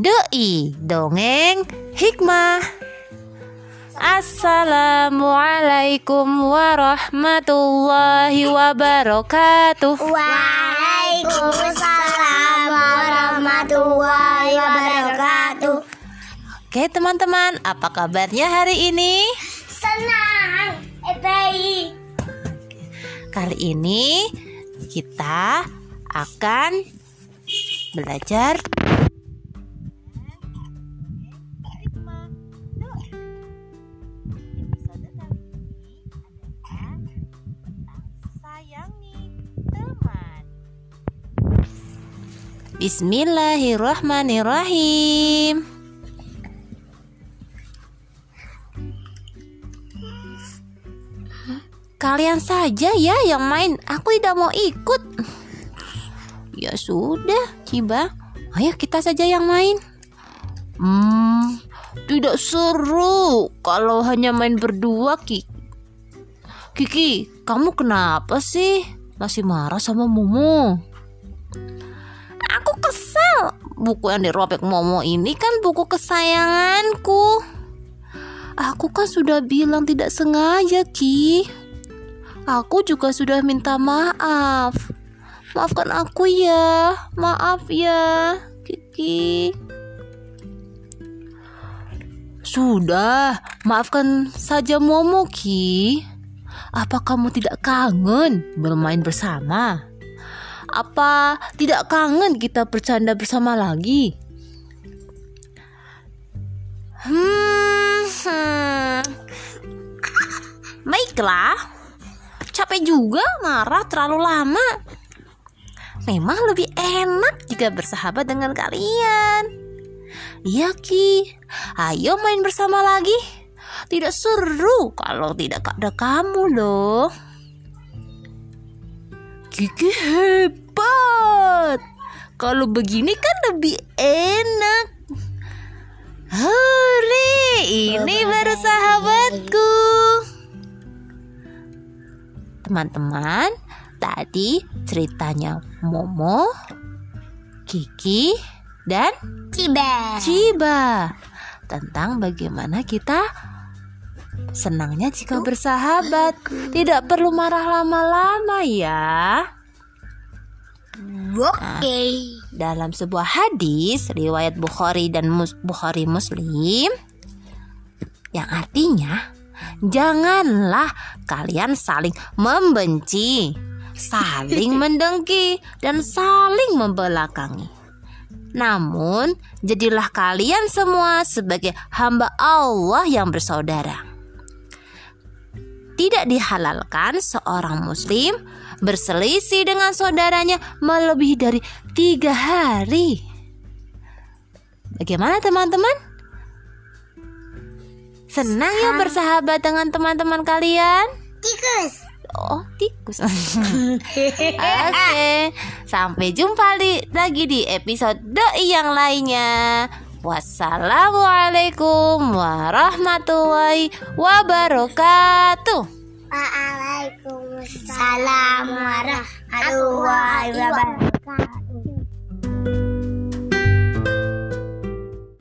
Doi Dongeng Hikmah. Assalamualaikum warahmatullahi wabarakatuh. Waalaikumsalam warahmatullahi wabarakatuh. Oke teman-teman, apa kabarnya hari ini? Senang, baik. Kali ini kita akan belajar Bismillahirrahmanirrahim. Kalian saja ya yang main, aku tidak mau ikut. Ya sudah, Ciba, ayo kita saja yang main. Tidak seru kalau hanya main berdua, Kiki, kamu kenapa sih? Masih marah sama Momo? Aku kesal. Buku yang dirobek Momo ini kan buku kesayanganku. Aku kan sudah bilang tidak sengaja, Ki. Aku juga sudah minta maaf. Maafkan aku ya. Maaf ya, Kiki. Sudah, maafkan saja Momo, Ki. Apa kamu tidak kangen bermain bersama? Apa tidak kangen kita bercanda bersama lagi? Baiklah. Capek juga marah terlalu lama. Memang lebih enak jika bersahabat dengan kalian. Iya, Ki. Ayo main bersama lagi. Tidak seru kalau tidak ada kamu loh. Kiki hebat. Kalau begini kan lebih enak. Hore, ini baru sahabatku. Teman-teman, tadi ceritanya Momo, Kiki, dan Ciba tentang bagaimana kita senangnya jika bersahabat. Tidak perlu marah lama-lama ya. Oke. Dalam sebuah hadis riwayat Bukhari dan Bukhari Muslim, yang artinya, janganlah kalian saling membenci, saling mendengki, dan saling membelakangi. Namun, jadilah kalian semua sebagai hamba Allah yang bersaudara. Tidak dihalalkan seorang muslim berselisih dengan saudaranya melebihi dari 3 hari. Bagaimana teman-teman? Senang ya bersahabat dengan teman-teman kalian? Tikus. Oh, tikus. Oke, sampai jumpa lagi di episode doi yang lainnya. Wassalamualaikum warahmatullahi wabarakatuh. Waalaikumsalam warahmatullahi wabarakatuh.